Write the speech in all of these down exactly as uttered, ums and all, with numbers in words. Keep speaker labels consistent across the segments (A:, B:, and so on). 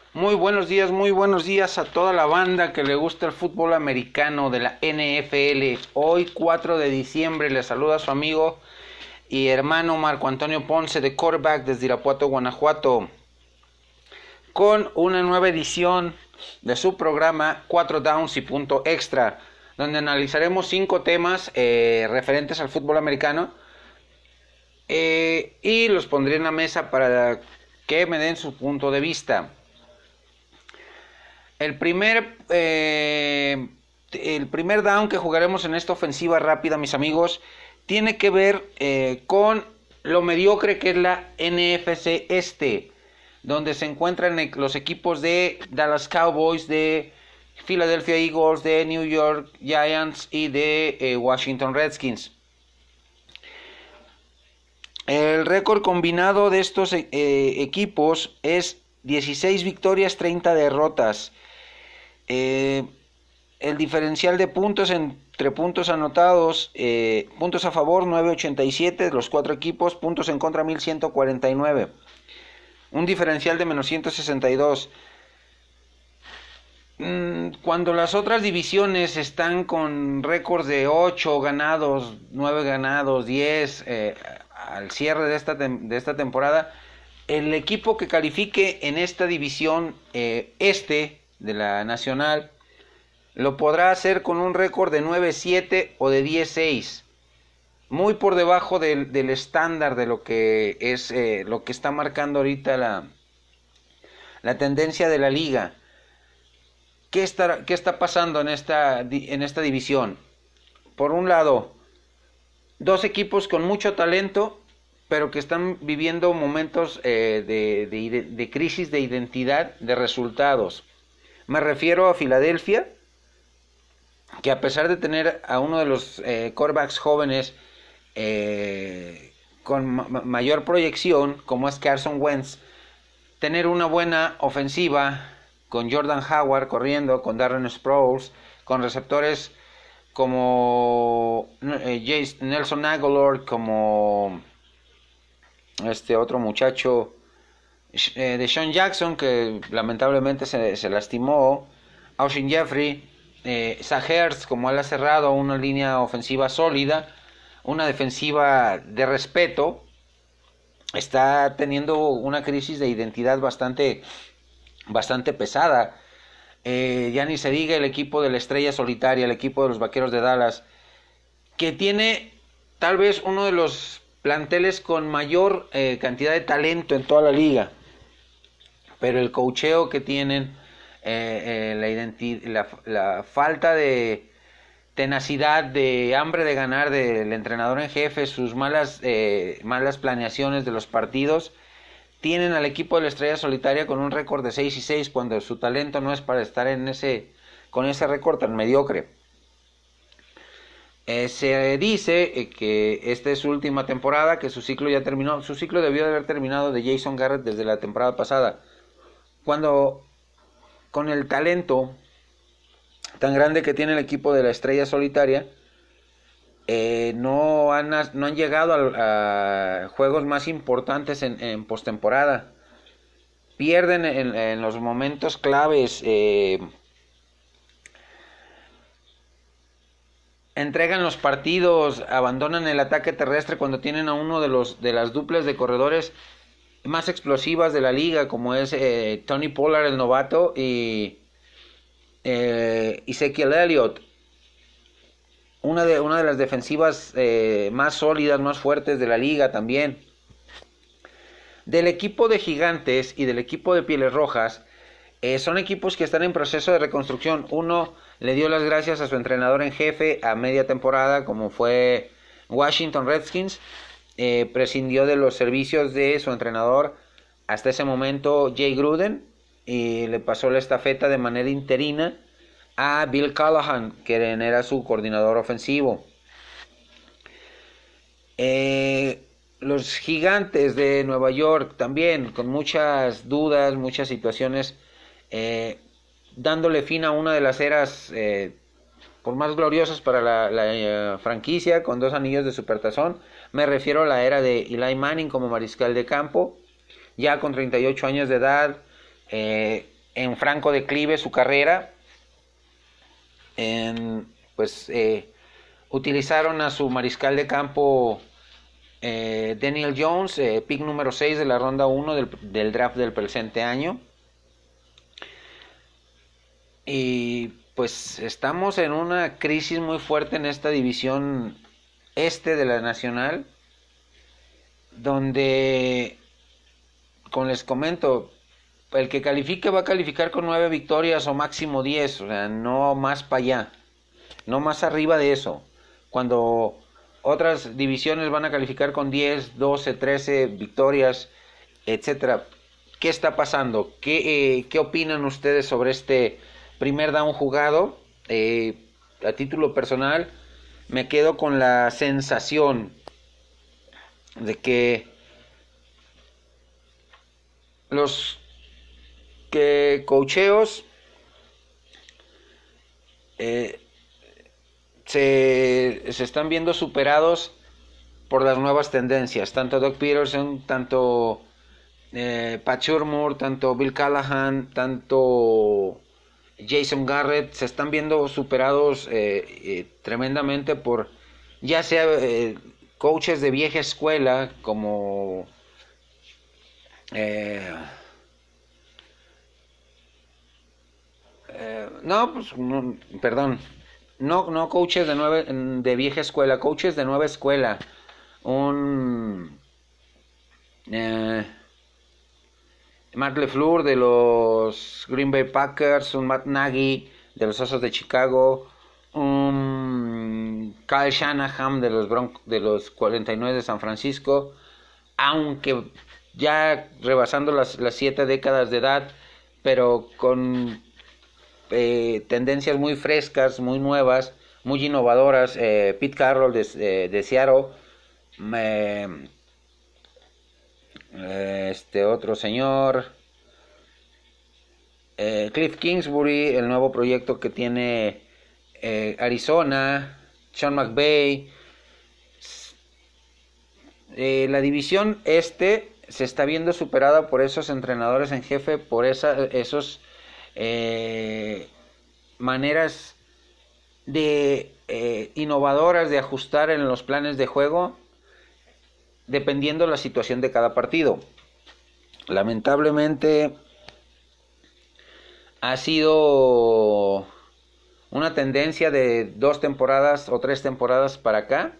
A: Muy buenos días, muy buenos días a toda la banda que le gusta el fútbol americano de la N F L. Hoy cuatro de diciembre les saluda a su amigo y hermano Marco Antonio Ponce de quarterback desde Irapuato, Guanajuato, con una nueva edición de su programa cuatro Downs y Punto Extra, donde analizaremos cinco temas eh, referentes al fútbol americano eh, y los pondré en la mesa para que me den su punto de vista. El primer, eh, el primer down que jugaremos en esta ofensiva rápida, mis amigos, tiene que ver eh, con lo mediocre que es la N F C Este, donde se encuentran los equipos de Dallas Cowboys, de Philadelphia Eagles, de New York Giants y de eh, Washington Redskins. El récord combinado de estos eh, equipos es dieciséis victorias, treinta derrotas. Eh, el diferencial de puntos entre puntos anotados, eh, puntos a favor nueve ochenta y siete de los cuatro equipos, puntos en contra mil ciento cuarenta y nueve, un diferencial de menos ciento sesenta y dos. Cuando las otras divisiones están con récords de ocho ganados, nueve ganados, diez eh, al cierre de esta, de esta temporada, el equipo que califique en esta división eh, este de la nacional lo podrá hacer con un récord de nueve siete o de diez seis, muy por debajo del, del estándar de lo que es eh, lo que está marcando ahorita la, la tendencia de la liga. ¿Qué está, qué está pasando en esta, en esta división? Por un lado, dos equipos con mucho talento, pero que están viviendo momentos eh, de, de, de crisis de identidad, de resultados. Me refiero a Filadelfia, que a pesar de tener a uno de los eh, quarterbacks jóvenes eh, con ma- mayor proyección, como es Carson Wentz, tener una buena ofensiva con Jordan Howard corriendo, con Darren Sproles, con receptores como eh, Jace, Nelson Aguilar, como este otro muchacho eh, de Sean Jackson, que lamentablemente se, se lastimó, Austin Jeffrey, eh, Zach Ertz como él ha cerrado, una línea ofensiva sólida, una defensiva de respeto. Está teniendo una crisis de identidad bastante, bastante pesada. Eh, ya ni se diga el equipo de la estrella solitaria, el equipo de los Vaqueros de Dallas, que tiene tal vez uno de los planteles con mayor eh, cantidad de talento en toda la liga, pero el coacheo que tienen, eh, eh, la, identi- la, la falta de tenacidad, de hambre de ganar del entrenador en jefe, sus malas, eh, malas planeaciones de los partidos, tienen al equipo de la estrella solitaria con un récord de seis y seis, cuando su talento no es para estar en ese, con ese récord tan mediocre. Eh, se dice eh, que esta es su última temporada, que su ciclo ya terminó. Su ciclo debió de haber terminado de Jason Garrett desde la temporada pasada, cuando con el talento tan grande que tiene el equipo de la estrella solitaria, eh, no, han, no han llegado a, a juegos más importantes en, en postemporada. Pierden en, en los momentos claves, eh, entregan los partidos, abandonan el ataque terrestre cuando tienen a uno de los de las duplas de corredores más explosivas de la liga, como es eh, Tony Pollard, el novato, y eh, Ezekiel Elliott, una de, una de las defensivas eh, más sólidas, más fuertes de la liga también. Del equipo de Gigantes y del equipo de Pieles Rojas, eh, son equipos que están en proceso de reconstrucción. Uno le dio las gracias a su entrenador en jefe a media temporada, como fue Washington Redskins. Eh, prescindió de los servicios de su entrenador hasta ese momento, Jay Gruden, y le pasó la estafeta de manera interina a Bill Callahan, que era su coordinador ofensivo. Eh, los Gigantes de Nueva York también, con muchas dudas, muchas situaciones, eh, dándole fin a una de las eras eh, por más gloriosas para la, la eh, franquicia, con dos anillos de supertazón. Me refiero a la era de Eli Manning como mariscal de campo, ya con treinta y ocho años de edad, eh, en franco declive su carrera. En, pues eh, utilizaron a su mariscal de campo eh, Daniel Jones, eh, pick número seis de la ronda uno del, del draft del presente año. Y pues estamos en una crisis muy fuerte en esta división este de la Nacional, donde, como les comento, el que califique va a calificar con nueve victorias o máximo diez, o sea, no más para allá, no más arriba de eso. Cuando otras divisiones van a calificar con diez, doce, trece victorias, etcétera. ¿Qué está pasando? ¿Qué, eh, qué opinan ustedes sobre este primer down jugado? Eh, a título personal, me quedo con la sensación de que los que coacheos eh, se, se están viendo superados por las nuevas tendencias. Tanto Doug Peterson, tanto eh, Pat Shurmur, tanto Bill Callahan, tanto Jason Garrett se están viendo superados eh, eh, tremendamente por ya sea eh, coaches de vieja escuela como eh, eh, no, pues, no, perdón, no, no coaches de nueve, de vieja escuela, coaches de nueva escuela, un eh, Matt LeFleur de los Green Bay Packers, un Matt Nagy de los Osos de Chicago, un Kyle Shanahan de los Bron- de los cuarenta y nueve de San Francisco, aunque ya rebasando las, las siete décadas de edad, pero con eh, tendencias muy frescas, muy nuevas, muy innovadoras. eh, Pete Carroll de, de, de Seattle, eh, este otro señor, eh, Cliff Kingsbury, el nuevo proyecto que tiene eh, Arizona, Sean McVay. Eh, la división este se está viendo superada por esos entrenadores en jefe, por esa, esos eh, maneras de eh, innovadoras de ajustar en los planes de juego dependiendo la situación de cada partido. Lamentablemente ha sido una tendencia de dos temporadas o tres temporadas para acá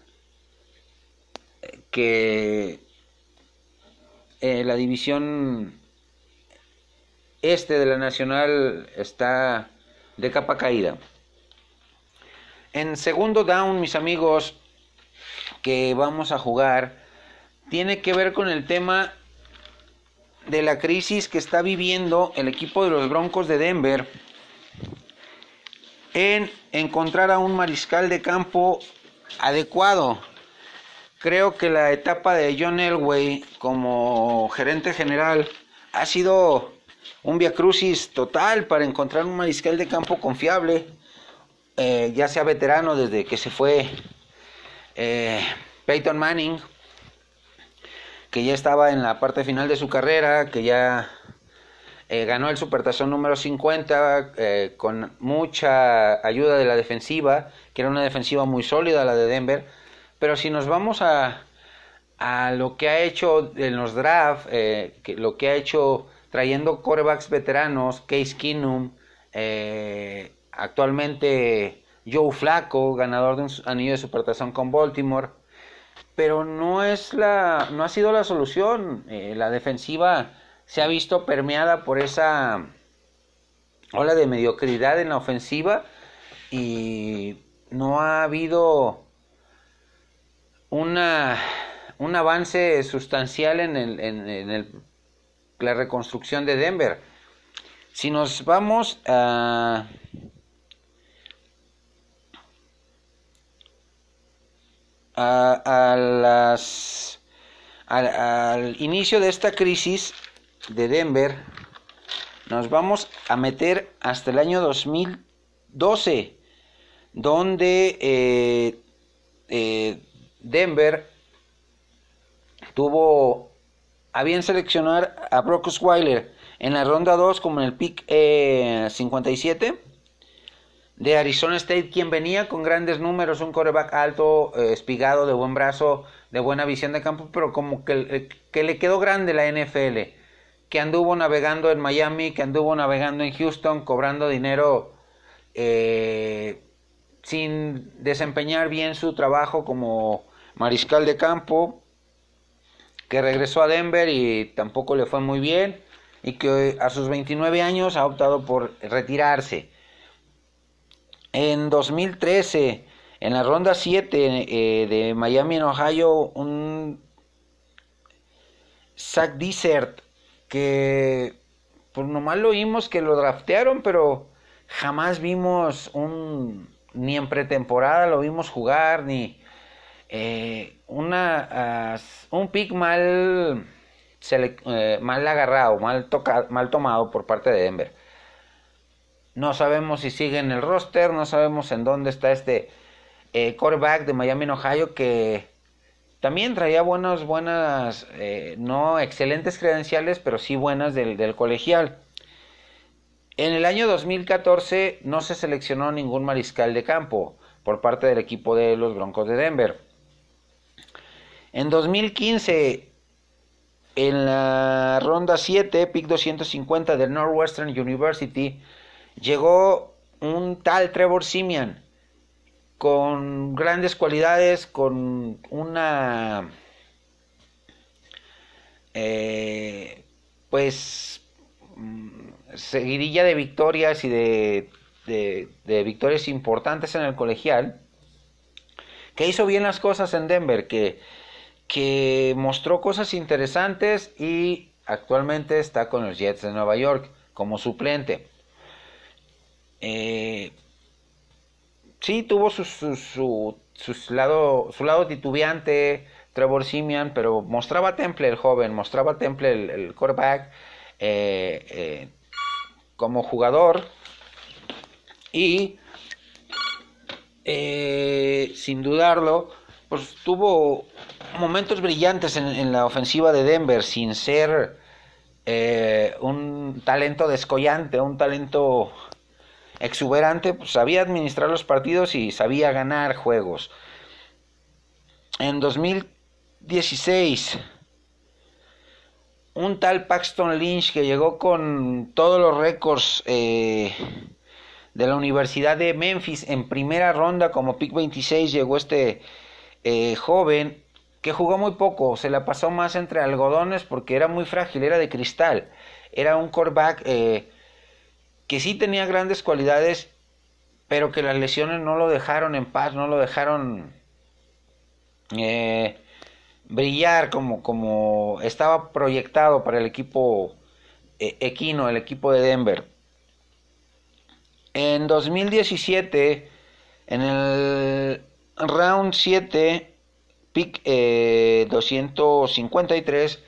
A: que eh, la división este de la Nacional está de capa caída. En segundo down, mis amigos, que vamos a jugar, tiene que ver con el tema de la crisis que está viviendo el equipo de los Broncos de Denver en encontrar a un mariscal de campo adecuado. Creo que la etapa de John Elway como gerente general ha sido un viacrucis total para encontrar un mariscal de campo confiable, eh, ya sea veterano desde que se fue eh, Peyton Manning, que ya estaba en la parte final de su carrera, que ya eh, ganó el Supertazón número cincuenta eh, con mucha ayuda de la defensiva, que era una defensiva muy sólida la de Denver. Pero si nos vamos a, a lo que ha hecho en los drafts, eh, que, lo que ha hecho trayendo quarterbacks veteranos, Case Keenum, eh, actualmente Joe Flacco, ganador de un anillo de Supertazón con Baltimore, pero no es la, no ha sido la solución. Eh, la defensiva se ha visto permeada por esa ola de mediocridad en la ofensiva y no ha habido una un avance sustancial en, el, en, en el, la reconstrucción de Denver. Si nos vamos a a, a las al, al inicio de esta crisis de Denver, nos vamos a meter hasta el año dos mil doce, donde eh, eh, Denver tuvo a bien seleccionar a Brock Osweiler, En la ronda dos, como en el pick eh, cincuenta y siete, de Arizona State, quien venía con grandes números, un quarterback alto, eh, espigado, de buen brazo, de buena visión de campo, pero como que, que le quedó grande la N F L, que anduvo navegando en Miami, que anduvo navegando en Houston, cobrando dinero eh, sin desempeñar bien su trabajo como mariscal de campo, que regresó a Denver y tampoco le fue muy bien, y que a sus veintinueve años ha optado por retirarse. En dos mil trece, en la ronda siete eh, de Miami en Ohio, un Zach Dissert, que pues nomás lo vimos que lo draftearon, pero jamás vimos un, ni en pretemporada lo vimos jugar, ni eh, una uh, un pick mal sele, eh, mal agarrado, mal, toca, mal tomado por parte de Denver. No sabemos si sigue en el roster, no sabemos en dónde está este eh, quarterback de Miami en Ohio, que también traía buenas, buenas, eh, no excelentes credenciales, pero sí buenas del, del colegial. En el año dos mil catorce no se seleccionó ningún mariscal de campo por parte del equipo de los Broncos de Denver. En dos mil quince, en la ronda siete, pick doscientos cincuenta del Northwestern University, llegó un tal Trevor Siemian, con grandes cualidades, con una eh, pues seguidilla de victorias y de, de, de victorias importantes en el colegial, que hizo bien las cosas en Denver, que, que mostró cosas interesantes y actualmente está con los Jets de Nueva York como suplente. Eh, sí, tuvo su, su, su, su, lado, su lado titubeante Trevor Siemian, pero mostraba temple el joven, mostraba temple el, el quarterback eh, eh, como jugador, y eh, sin dudarlo, pues tuvo momentos brillantes en, en la ofensiva de Denver, sin ser eh, un talento descollante, un talento exuberante, pues sabía administrar los partidos y sabía ganar juegos. En dos mil dieciséis, un tal Paxton Lynch, que llegó con todos los récords eh, de la Universidad de Memphis en primera ronda como pick veintiséis, llegó este eh, joven que jugó muy poco, se la pasó más entre algodones porque era muy frágil, era de cristal, era un quarterback eh, que sí tenía grandes cualidades, pero que las lesiones no lo dejaron en paz, no lo dejaron eh, brillar como, como estaba proyectado para el equipo eh, equino, el equipo de Denver. En dos mil diecisiete, en el round siete, pick eh, doscientos cincuenta y tres,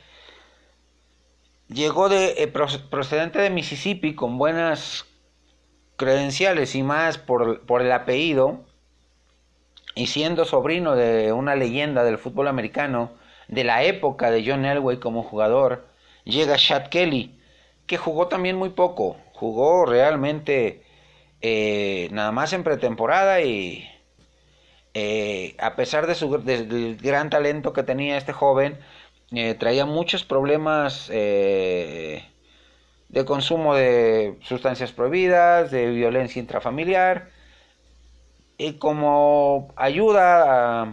A: llegó de, eh, procedente de Mississippi, con buenas credenciales y más por, por el apellido, y siendo sobrino de una leyenda del fútbol americano de la época de John Elway como jugador, llega Chad Kelly, que jugó también muy poco, jugó realmente eh, nada más en pretemporada, y eh, a pesar de su, de, del gran talento que tenía este joven, eh, traía muchos problemas eh, de consumo de sustancias prohibidas, de violencia intrafamiliar, y como ayuda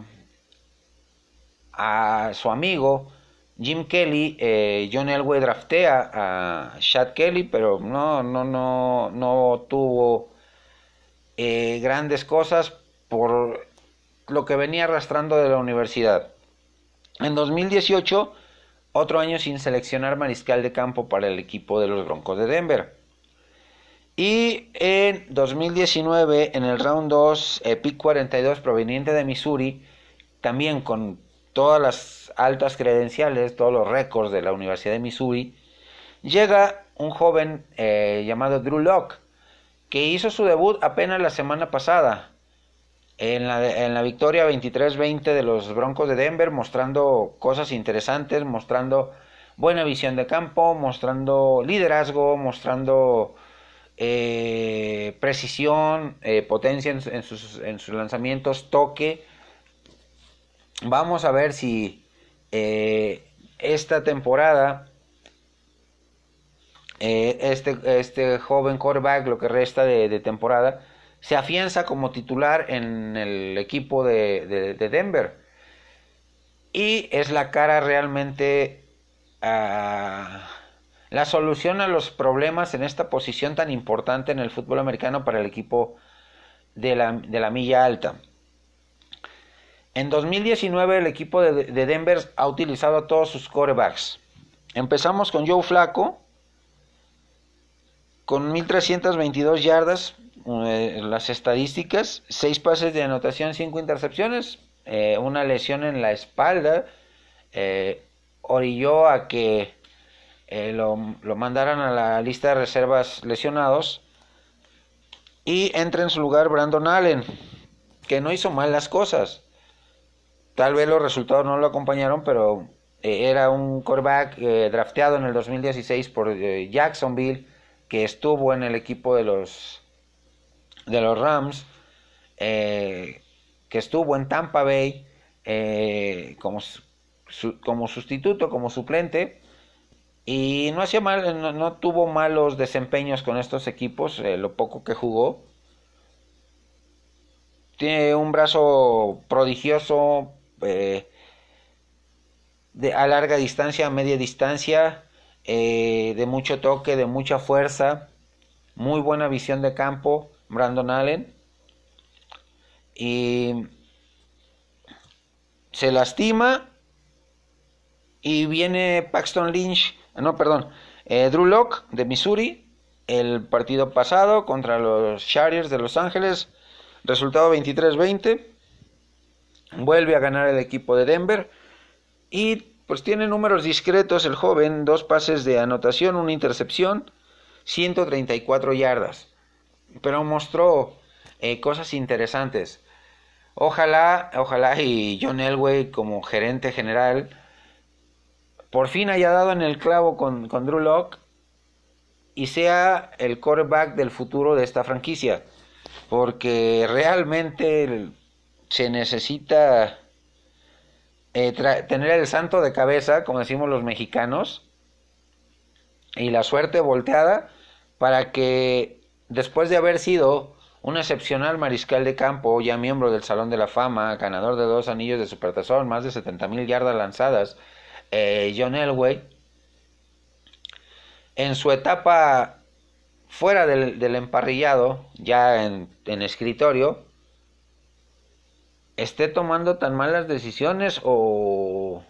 A: a, a su amigo Jim Kelly, eh, John Elway draftea a Chad Kelly, pero no, no, no, no tuvo eh, grandes cosas por lo que venía arrastrando de la universidad. En dos mil dieciocho, otro año sin seleccionar mariscal de campo para el equipo de los Broncos de Denver. Y en dos mil diecinueve, en el round dos, eh, pick cuarenta y dos, proveniente de Missouri, también con todas las altas credenciales, todos los récords de la Universidad de Missouri, llega un joven eh, llamado Drew Lock, que hizo su debut apenas la semana pasada en la, en la victoria veintitrés veinte de los Broncos de Denver, mostrando cosas interesantes, mostrando buena visión de campo, mostrando liderazgo, mostrando eh, precisión, eh, potencia en, en, sus, en sus lanzamientos, toque. Vamos a ver si eh, esta temporada eh, este, este joven quarterback, lo que resta de, de temporada, se afianza como titular en el equipo de, de, de Denver. Y es la cara realmente, uh, la solución a los problemas en esta posición tan importante en el fútbol americano para el equipo de la, de la milla alta. En dos mil diecinueve el equipo de, de Denver ha utilizado a todos sus quarterbacks. Empezamos con Joe Flacco, con mil trescientas veintidós yardas, eh, las estadísticas, seis pases de anotación, cinco intercepciones, eh, una lesión en la espalda, eh, orilló a que eh, lo, lo mandaran a la lista de reservas lesionados, y entra en su lugar Brandon Allen, que no hizo mal las cosas. Tal vez los resultados no lo acompañaron, pero eh, era un quarterback eh, drafteado en el dos mil dieciséis por eh, Jacksonville, que estuvo en el equipo de los de los Rams, eh, que estuvo en Tampa Bay eh, como, su, como sustituto, como suplente, y no hacía mal, no, no tuvo malos desempeños con estos equipos, eh, lo poco que jugó. Tiene un brazo prodigioso, eh, de, a larga distancia, a media distancia, eh, de mucho toque, de mucha fuerza, muy buena visión de campo, Brandon Allen. Y se lastima y viene Paxton Lynch, no, perdón, eh, Drew Lock de Missouri, el partido pasado contra los Chargers de Los Ángeles, resultado veintitrés veinte, vuelve a ganar el equipo de Denver y pues tiene números discretos el joven, dos pases de anotación, una intercepción, ciento treinta y cuatro yardas, pero mostró eh, cosas interesantes. Ojalá, ojalá y John Elway como gerente general por fin haya dado en el clavo con, con Drew Lock y sea el quarterback del futuro de esta franquicia, porque realmente se necesita eh, tra- tener el santo de cabeza, como decimos los mexicanos, y la suerte volteada para que después de haber sido un excepcional mariscal de campo, ya miembro del Salón de la Fama, ganador de dos anillos de Supertazón, más de setenta mil yardas lanzadas, eh, John Elway, en su etapa fuera del, del emparrillado, ya en, en escritorio, esté tomando tan malas decisiones o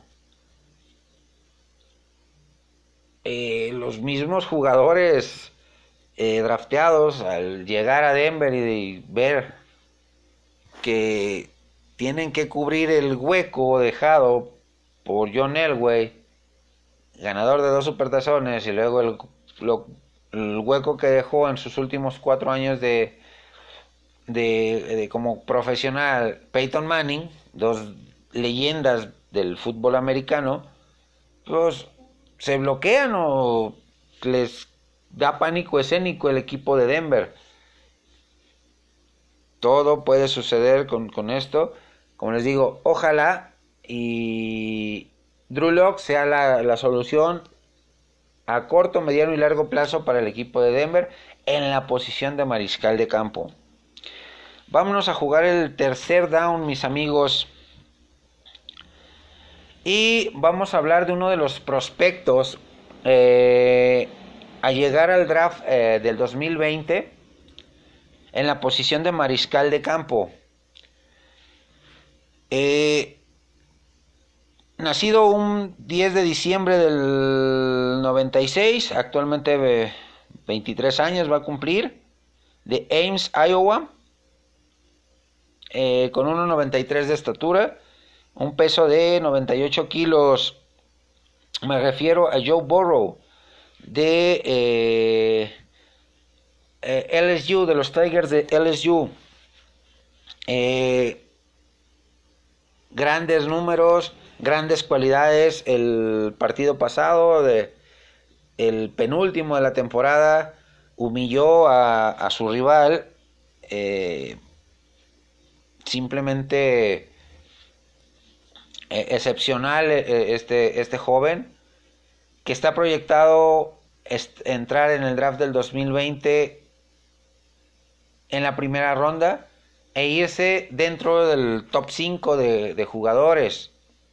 A: eh, los mismos jugadores eh, drafteados al llegar a Denver y, y ver que tienen que cubrir el hueco dejado por John Elway, ganador de dos supertazones, y luego el, lo, el hueco que dejó en sus últimos cuatro años de, de, de como profesional Peyton Manning, dos leyendas del fútbol americano, pues se bloquean o les da pánico escénico el equipo de Denver. Todo puede suceder con, con esto. Como les digo, ojalá y Drew Lock sea la, la solución a corto, mediano y largo plazo para el equipo de Denver en la posición de mariscal de campo. Vámonos a jugar el tercer down, mis amigos. Y vamos a hablar de uno de los prospectos eh, a llegar al draft eh, del dos mil veinte en la posición de mariscal de campo. Eh, nacido un diez de diciembre del noventa y seis, actualmente veintitrés años va a cumplir, de Ames, Iowa, eh, con uno noventa y tres de estatura, un peso de noventa y ocho kilos. Me refiero a Joe Burrow de eh, eh, L S U, de los Tigers de L S U. Eh, grandes números, grandes cualidades. El partido pasado, de, el penúltimo de la temporada, humilló a, a su rival. Eh, simplemente eh, excepcional eh, este, este joven, que está proyectado est- entrar en el draft del dos mil veinte en la primera ronda e irse dentro del top cinco de, de jugadores.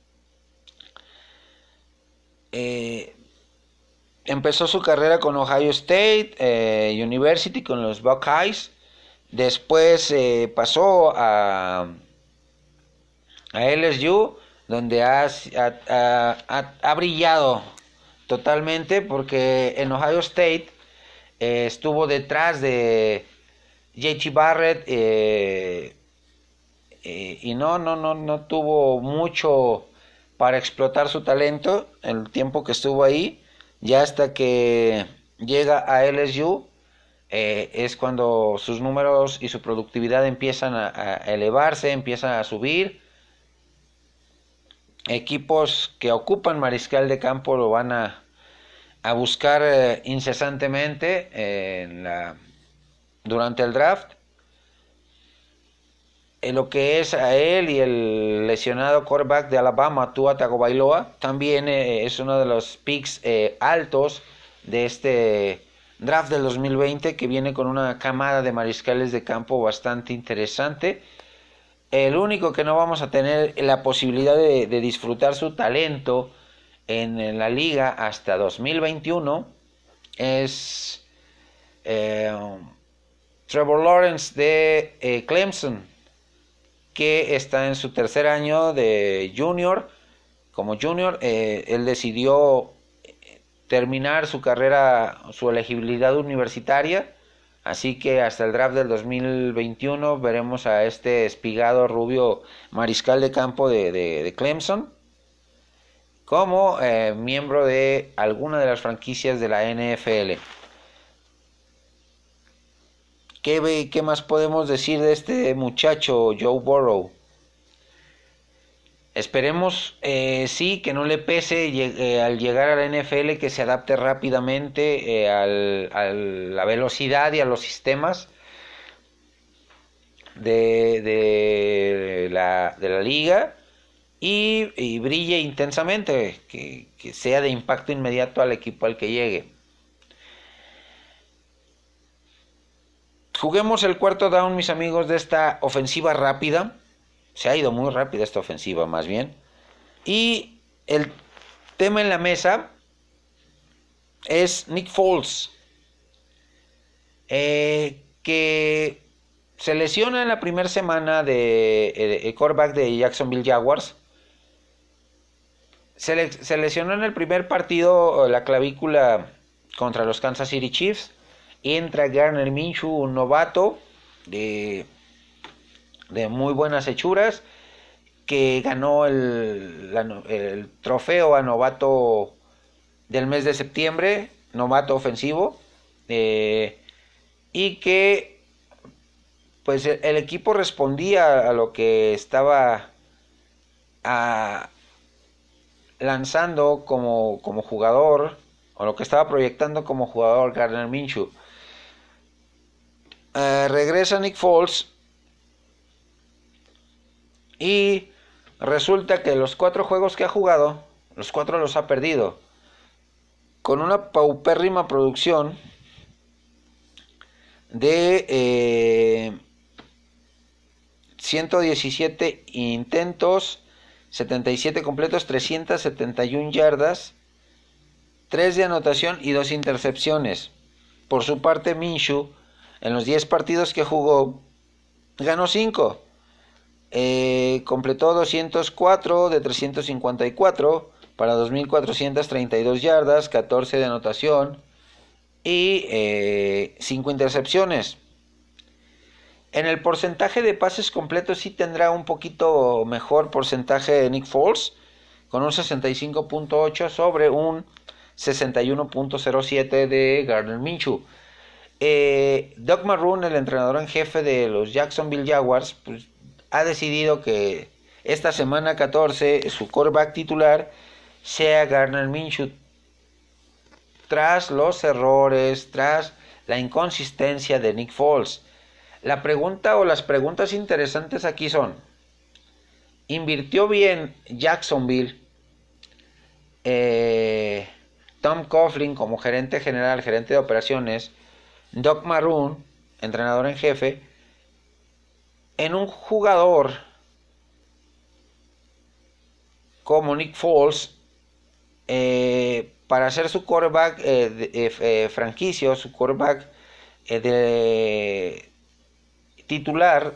A: Eh, empezó su carrera con Ohio State eh, University, con los Buckeyes. Después eh, pasó a, a L S U, donde ha, ha, ha, ha brillado totalmente, porque en Ohio State eh, estuvo detrás de J T Barrett eh, eh, y no, no, no, no tuvo mucho para explotar su talento el tiempo que estuvo ahí. Ya hasta que llega a L S U eh, es cuando sus números y su productividad empiezan a, a elevarse, empiezan a subir. Equipos que ocupan mariscal de campo lo van a, a buscar eh, incesantemente eh, en la, durante el draft. En lo que es a él y el lesionado quarterback de Alabama, Tua Tagovailoa, también eh, es uno de los picks eh, altos de este draft del dos mil veinte, que viene con una camada de mariscales de campo bastante interesante. El único que no vamos a tener la posibilidad de, de disfrutar su talento en, en la liga hasta dos mil veintiuno es eh, Trevor Lawrence de eh, Clemson, que está en su tercer año de junior. Como junior, eh, él decidió terminar su carrera, su elegibilidad universitaria, así que hasta el draft del dos mil veintiuno veremos a este espigado rubio mariscal de campo de, de, de Clemson como eh, miembro de alguna de las franquicias de la N F L. ¿Qué, ¿Qué más podemos decir de este muchacho Joe Burrow? Esperemos, eh, sí, que no le pese eh, al llegar a la N F L, que se adapte rápidamente eh, al, a la velocidad y a los sistemas de, de, la, de la liga y, y brille intensamente, que, que sea de impacto inmediato al equipo al que llegue. Juguemos el cuarto down, mis amigos, de esta ofensiva rápida. Se ha ido muy rápida esta ofensiva, más bien. Y el tema en la mesa es Nick Foles, eh, que se lesiona en la primera semana de, de, de quarterback de Jacksonville Jaguars. Se, le, se lesionó en el primer partido la clavícula contra los Kansas City Chiefs. Entra Gardner Minshew, un novato de, de muy buenas hechuras, que ganó el, la, el trofeo a novato del mes de septiembre, novato ofensivo, eh, y que pues el, el equipo respondía a lo que estaba a, lanzando como, como jugador, o lo que estaba proyectando como jugador Gardner Minshew. Uh, regresa Nick Foles y resulta que los cuatro juegos que ha jugado, los cuatro los ha perdido, con una paupérrima producción de eh, ciento diecisiete intentos, setenta y siete completos, trescientas setenta y una yardas, tres de anotación y dos intercepciones. Por su parte, Minshew, en los diez partidos que jugó, ganó cinco. Eh, completó doscientos cuatro de trescientos cincuenta y cuatro para dos mil cuatrocientas treinta y dos yardas, catorce de anotación y eh, cinco intercepciones. En el porcentaje de pases completos sí tendrá un poquito mejor porcentaje de Nick Foles, con un sesenta y cinco punto ocho sobre un sesenta y uno punto cero siete de Gardner Minshew. Eh, Doug Marrone, el entrenador en jefe de los Jacksonville Jaguars, pues, ha decidido que esta semana catorce su quarterback titular sea Gardner Minshew, tras los errores, tras la inconsistencia de Nick Foles. La pregunta o las preguntas interesantes aquí son: ¿invirtió bien Jacksonville, eh, Tom Coughlin como gerente general, gerente de operaciones, Doug Marrone, entrenador en jefe, en un jugador como Nick Foles, eh, para ser su quarterback eh, de, eh, eh, franquicio, su quarterback eh, de titular,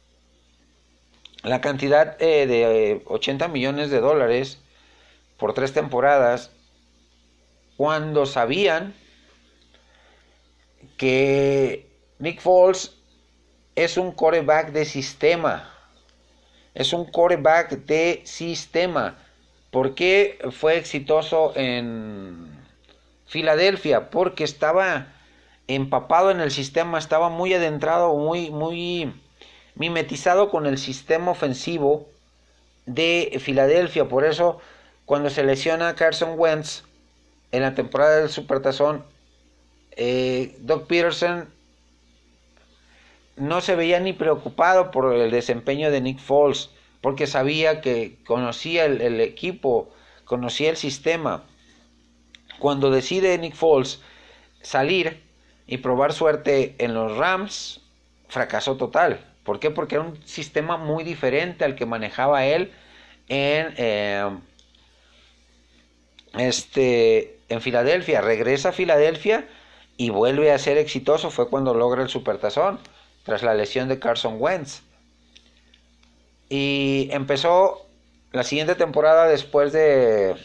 A: la cantidad eh, de ochenta millones de dólares por tres temporadas, cuando sabían que Nick Foles es un quarterback de sistema, es un quarterback de sistema? ¿Por qué fue exitoso en Filadelfia? Porque estaba empapado en el sistema, estaba muy adentrado, muy, muy mimetizado con el sistema ofensivo de Filadelfia. Por eso, cuando se lesiona Carson Wentz en la temporada del Supertazón, eh, Doug Peterson no se veía ni preocupado por el desempeño de Nick Foles, porque sabía que conocía el, el equipo, conocía el sistema. Cuando decide Nick Foles salir y probar suerte en los Rams, fracasó total. ¿Por qué? Porque era un sistema muy diferente al que manejaba él en, eh, este, en Filadelfia. Regresa a Filadelfia y vuelve a ser exitoso. Fue cuando logra el Supertazón, tras la lesión de Carson Wentz. Y empezó la siguiente temporada, después de,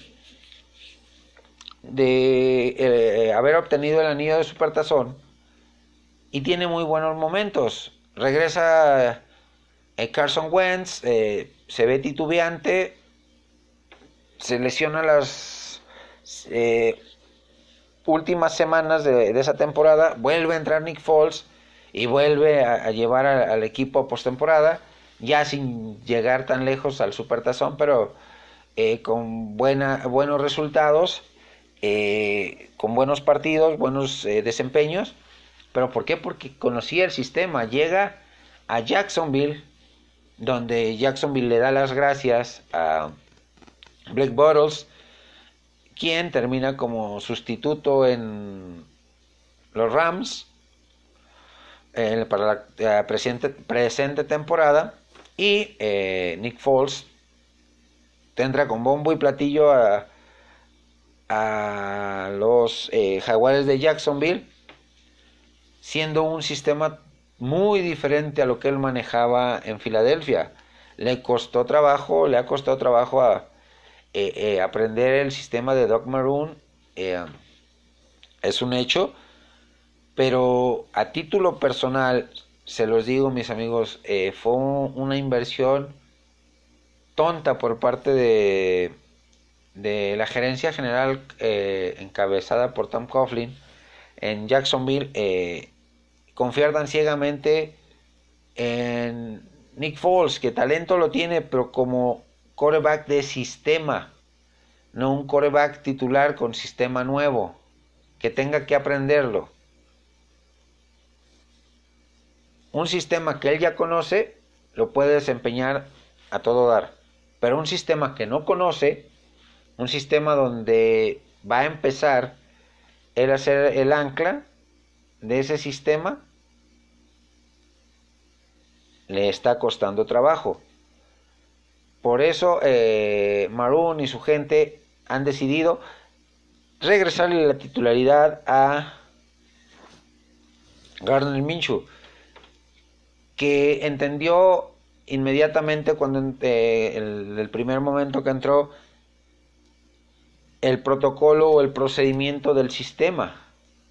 A: de eh, haber obtenido el anillo de Supertazón, y tiene muy buenos momentos. Regresa eh, Carson Wentz, eh, se ve titubeante, se lesiona las eh, últimas semanas de, de esa temporada, vuelve a entrar Nick Foles y vuelve a, a llevar a, al equipo a postemporada, ya sin llegar tan lejos al Supertazón, pero eh, con buena, buenos resultados, eh, con buenos partidos, buenos eh, desempeños. ¿Pero por qué? Porque conocía el sistema. Llega a Jacksonville, donde Jacksonville le da las gracias a Blake Bortles, quien termina como sustituto en los Rams eh, para la eh, presente, presente temporada. Y eh, Nick Foles tendrá con bombo y platillo a, a los eh, Jaguares de Jacksonville, siendo un sistema muy diferente a lo que él manejaba en Filadelfia. Le costó trabajo, le ha costado trabajo a eh, eh, aprender el sistema de Doug Marrone, eh, es un hecho, pero a título personal, se los digo, mis amigos, eh, fue una inversión tonta por parte de, de la gerencia general eh, encabezada por Tom Coughlin en Jacksonville, eh, confiar tan ciegamente en Nick Foles, que talento lo tiene, pero como quarterback de sistema, no un quarterback titular con sistema nuevo, que tenga que aprenderlo. Un sistema que él ya conoce lo puede desempeñar a todo dar, pero un sistema que no conoce, un sistema donde va a empezar él a ser el ancla de ese sistema, le está costando trabajo. Por eso eh, Marrone y su gente han decidido regresarle la titularidad a Gardner Minshew, que entendió inmediatamente cuando eh, el, el primer momento que entró el protocolo o el procedimiento del sistema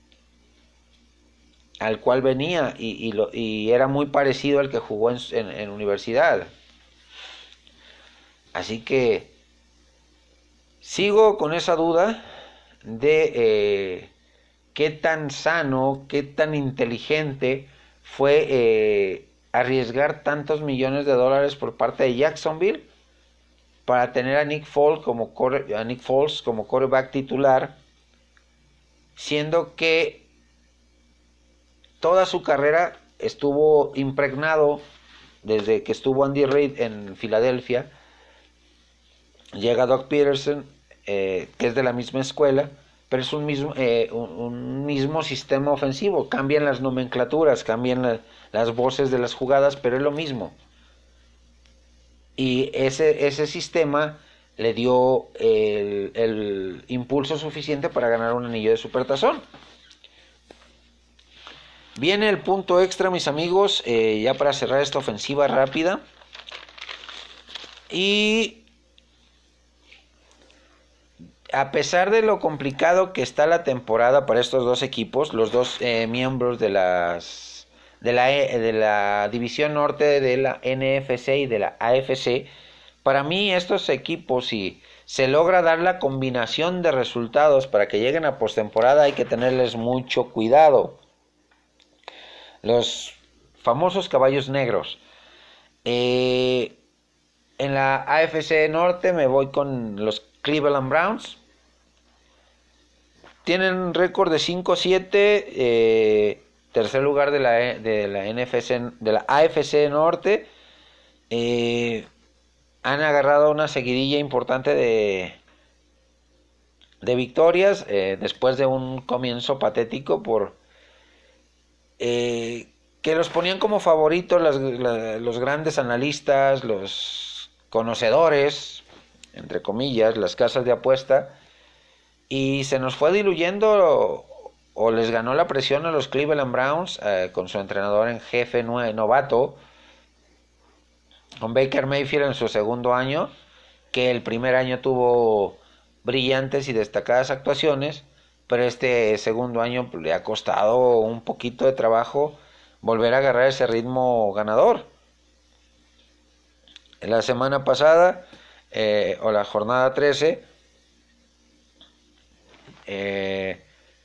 A: al cual venía, y, y, lo, y era muy parecido al que jugó en, en, en universidad. Así que sigo con esa duda de eh, qué tan sano, qué tan inteligente fue eh, arriesgar tantos millones de dólares por parte de Jacksonville para tener a Nick Foles como, core, a Nick Foles como quarterback titular, siendo que toda su carrera estuvo impregnado desde que estuvo Andy Reid en Filadelfia. Llega Doug Peterson, eh, que es de la misma escuela, pero es un mismo, eh, un, un mismo sistema ofensivo. Cambian las nomenclaturas, cambian la, las voces de las jugadas, pero es lo mismo. Y ese, ese sistema le dio el, el impulso suficiente para ganar un anillo de supertazón. Viene el punto extra, mis amigos, eh, ya para cerrar esta ofensiva rápida. Y a pesar de lo complicado que está la temporada para estos dos equipos, los dos eh, miembros de las de la de la división norte de la N F C y de la A F C, para mí estos equipos, si se logra dar la combinación de resultados para que lleguen a postemporada, hay que tenerles mucho cuidado. Los famosos caballos negros. Eh, en la A F C norte me voy con los Cleveland Browns. Tienen récord de cinco siete, eh, tercer lugar de la, de la N F C, de la A F C norte. Eh, han agarrado una seguidilla importante de, de victorias eh, después de un comienzo patético por eh, que los ponían como favoritos las, la, los grandes analistas, los conocedores, entre comillas, las casas de apuesta, y se nos fue diluyendo o, o les ganó la presión a los Cleveland Browns eh, con su entrenador en jefe novato, con Baker Mayfield en su segundo año, que el primer año tuvo brillantes y destacadas actuaciones, pero este segundo año le ha costado un poquito de trabajo volver a agarrar ese ritmo ganador. En la semana pasada, eh, o la jornada trece, eh,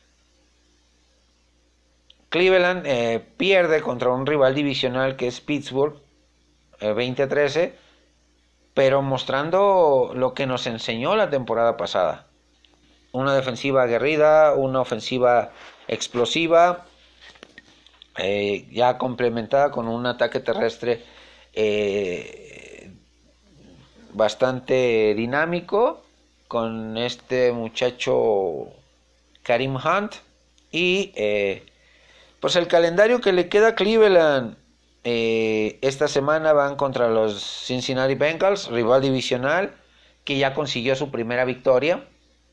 A: Cleveland eh, pierde contra un rival divisional que es Pittsburgh, eh, veinte a trece, pero mostrando lo que nos enseñó la temporada pasada. Una defensiva aguerrida, una ofensiva explosiva, eh, ya complementada con un ataque terrestre eh, bastante dinámico, con este muchacho Kareem Hunt. Y eh, pues el calendario que le queda a Cleveland, eh, esta semana van contra los Cincinnati Bengals, rival divisional, que ya consiguió su primera victoria,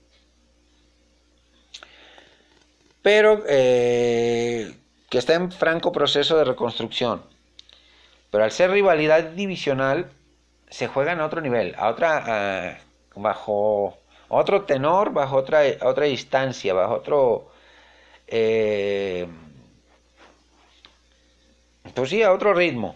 A: pero eh, que está en franco proceso de reconstrucción. Pero al ser rivalidad divisional, se juegan a otro nivel, a otra, uh, bajo otro tenor, bajo otra, otra distancia, bajo otro, eh, pues sí, a otro ritmo.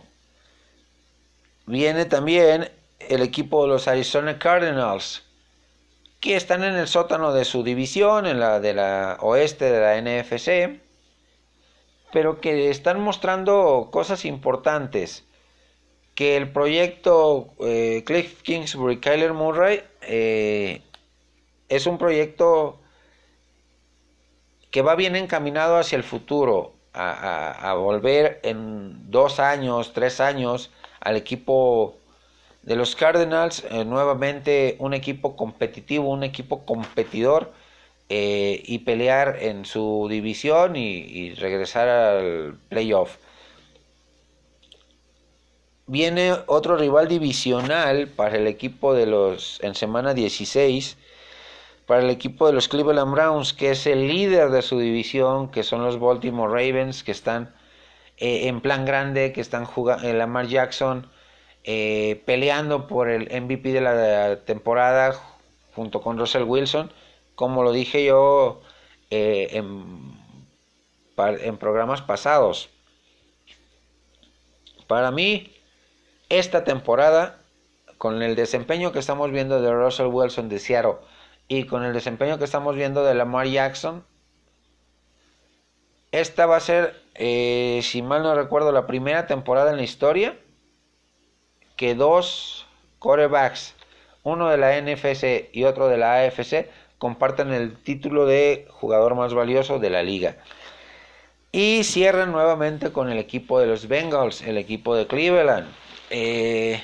A: Viene también el equipo de los Arizona Cardinals, que están en el sótano de su división, en la de la oeste de la N F C, pero que están mostrando cosas importantes. Que el proyecto eh, Cliff Kingsbury, Kyler Murray, eh, es un proyecto que va bien encaminado hacia el futuro, a, a, a volver en dos años, tres años al equipo de los Cardinals, eh, nuevamente un equipo competitivo, un equipo competidor, eh, y pelear en su división y, y regresar al playoff. Viene otro rival divisional para el equipo de los, en semana dieciséis, para el equipo de los Cleveland Browns, que es el líder de su división, que son los Baltimore Ravens, que están eh, en plan grande, que están jugando, eh, Lamar Jackson, eh, peleando por el M V P de la temporada junto con Russell Wilson, como lo dije yo eh, en, en programas pasados. Para mí, esta temporada, con el desempeño que estamos viendo de Russell Wilson de Seattle y con el desempeño que estamos viendo de Lamar Jackson, esta va a ser, eh, si mal no recuerdo, la primera temporada en la historia que dos quarterbacks uno de la N F C y otro de la A F C, comparten el título de jugador más valioso de la liga. Y cierran nuevamente con el equipo de los Bengals, el equipo de Cleveland. Eh,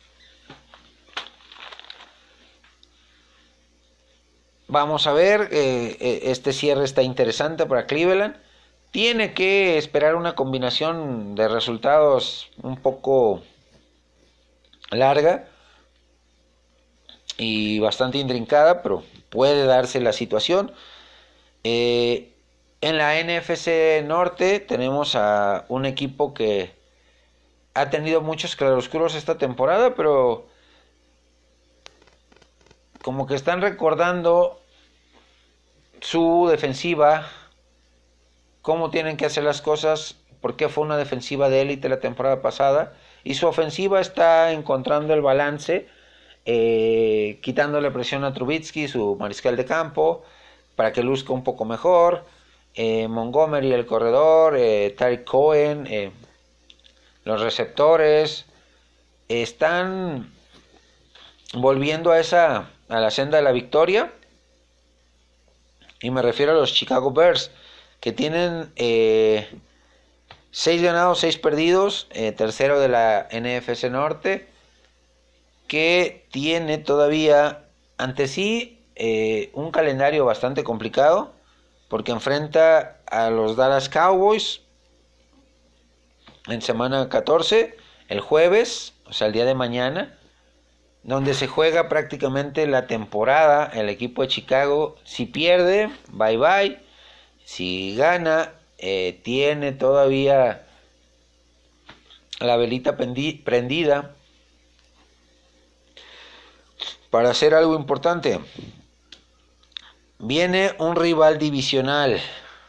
A: vamos a ver, eh, este cierre está interesante para Cleveland. Tiene que esperar una combinación de resultados un poco larga y bastante intrincada, pero puede darse la situación. Eh, en la N F C Norte tenemos a un equipo que ha tenido muchos claroscuros esta temporada, pero como que están recordando su defensiva, cómo tienen que hacer las cosas, porque fue una defensiva de élite la temporada pasada, y su ofensiva está encontrando el balance, eh, quitándole presión a Trubisky, su mariscal de campo, para que luzca un poco mejor. eh, Montgomery el corredor, eh, Tariq Cohen, eh, los receptores están volviendo a esa a la senda de la victoria, y me refiero a los Chicago Bears, que tienen eh, seis ganados, seis perdidos, eh, tercero de la N F C Norte, que tiene todavía ante sí eh, un calendario bastante complicado, porque enfrenta a los Dallas Cowboys en semana catorce, el jueves, o sea el día de mañana, donde se juega prácticamente la temporada. El equipo de Chicago, si pierde, bye bye. Si gana, eh, tiene todavía la velita pendi- prendida para hacer algo importante. Viene un rival divisional,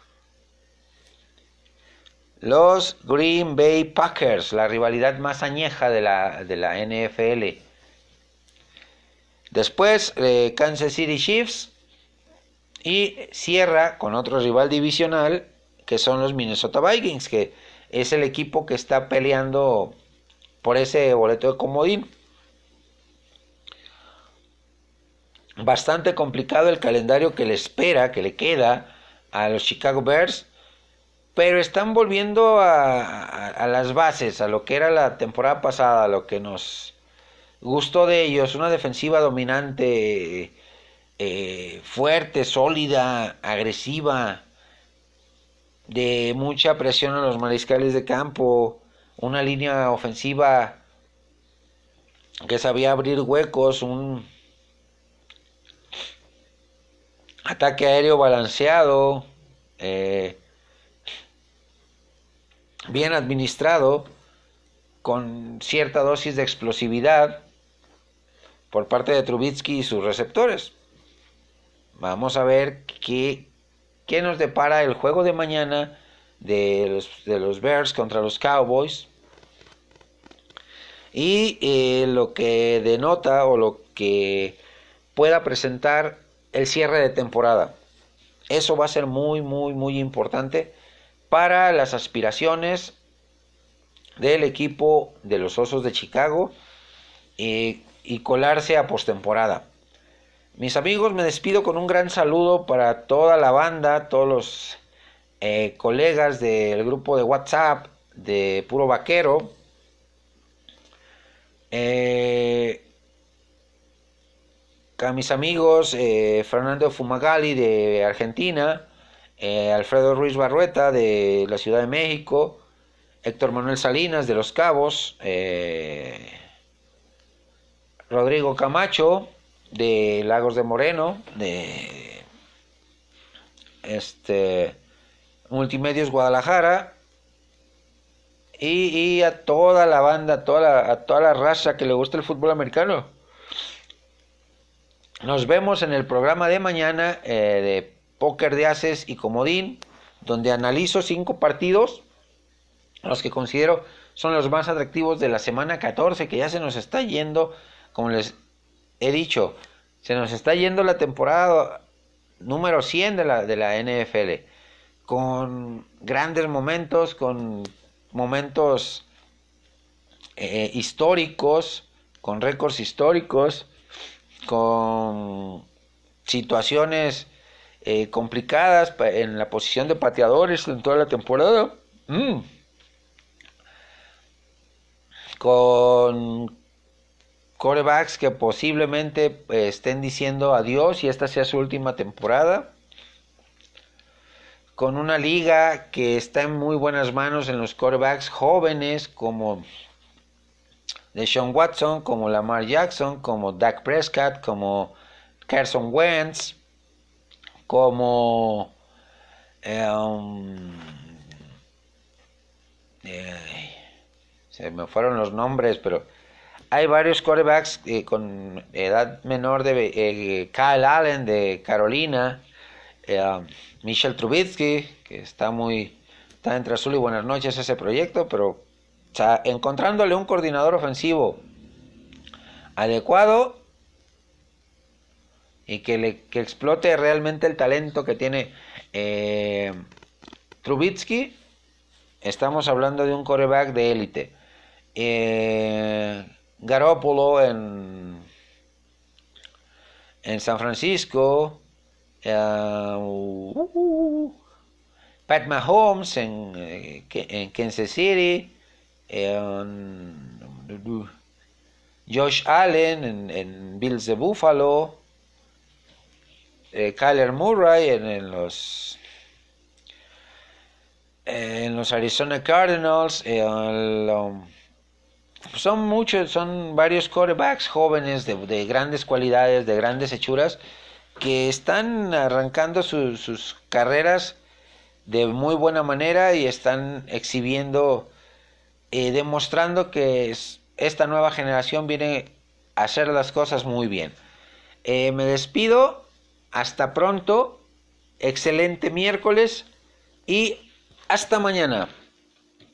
A: los Green Bay Packers, la rivalidad más añeja de la, de la N F L. Después eh, Kansas City Chiefs, y cierra con otro rival divisional, que son los Minnesota Vikings, que es el equipo que está peleando por ese boleto de comodín. Bastante complicado el calendario que le espera, que le queda a los Chicago Bears, pero están volviendo a, a, a las bases, a lo que era la temporada pasada, a lo que nos gustó de ellos, una defensiva dominante, eh, fuerte, sólida, agresiva, de mucha presión a los mariscales de campo, una línea ofensiva que sabía abrir huecos, un ataque aéreo balanceado, eh, bien administrado, con cierta dosis de explosividad por parte de Trubisky y sus receptores. Vamos a ver qué, qué nos depara el juego de mañana de los, de los Bears contra los Cowboys, y eh, lo que denota o lo que pueda presentar el cierre de temporada. Eso va a ser muy muy muy importante para las aspiraciones del equipo de los Osos de Chicago, eh, y colarse a postemporada. Mis amigos, me despido con un gran saludo para toda la banda, todos los eh, colegas del grupo de WhatsApp de Puro Vaquero. Eh, a mis amigos eh, Fernando Fumagalli de Argentina, eh, Alfredo Ruiz Barrueta de la Ciudad de México, Héctor Manuel Salinas de Los Cabos, eh, Rodrigo Camacho de Lagos de Moreno, de este Multimedios Guadalajara, y, y a toda la banda, a toda la, a toda la raza que le gusta el fútbol americano. Nos vemos en el programa de mañana eh, de Póker de Ases y Comodín, donde analizo cinco partidos, los que considero son los más atractivos de la semana catorce, que ya se nos está yendo. Como les he dicho, se nos está yendo la temporada número cien de la, de la N F L, con grandes momentos, con momentos eh, históricos, con récords históricos, con situaciones eh, complicadas en la posición de pateadores en toda la temporada. Mm. Con quarterbacks que posiblemente eh, estén diciendo adiós y esta sea su última temporada. Con una liga que está en muy buenas manos en los quarterbacks jóvenes como Deshaun Watson, como Lamar Jackson, como Dak Prescott, como Carson Wentz, como eh, um, eh, se me fueron los nombres, pero hay varios quarterbacks eh, con edad menor de eh, Kyle Allen de Carolina, eh, Michel Trubisky, que está muy está entre azul y buenas noches ese proyecto, pero o sea, encontrándole un coordinador ofensivo adecuado y que, le, que explote realmente el talento que tiene eh, Trubisky, estamos hablando de un quarterback de élite. Eh, Garoppolo en, en San Francisco, uh, uh, uh, Pat Mahomes en, eh, en Kansas City, eh, Josh Allen en, en Bills de Buffalo, eh, Kyler Murray en, en los eh, en los Arizona Cardinals, eh, el, um, son muchos, son varios quarterbacks jóvenes de, de grandes cualidades, de grandes hechuras, que están arrancando su, sus carreras de muy buena manera y están exhibiendo, eh, demostrando que es, esta nueva generación viene a hacer las cosas muy bien. Eh, me despido, hasta pronto, excelente miércoles y hasta mañana.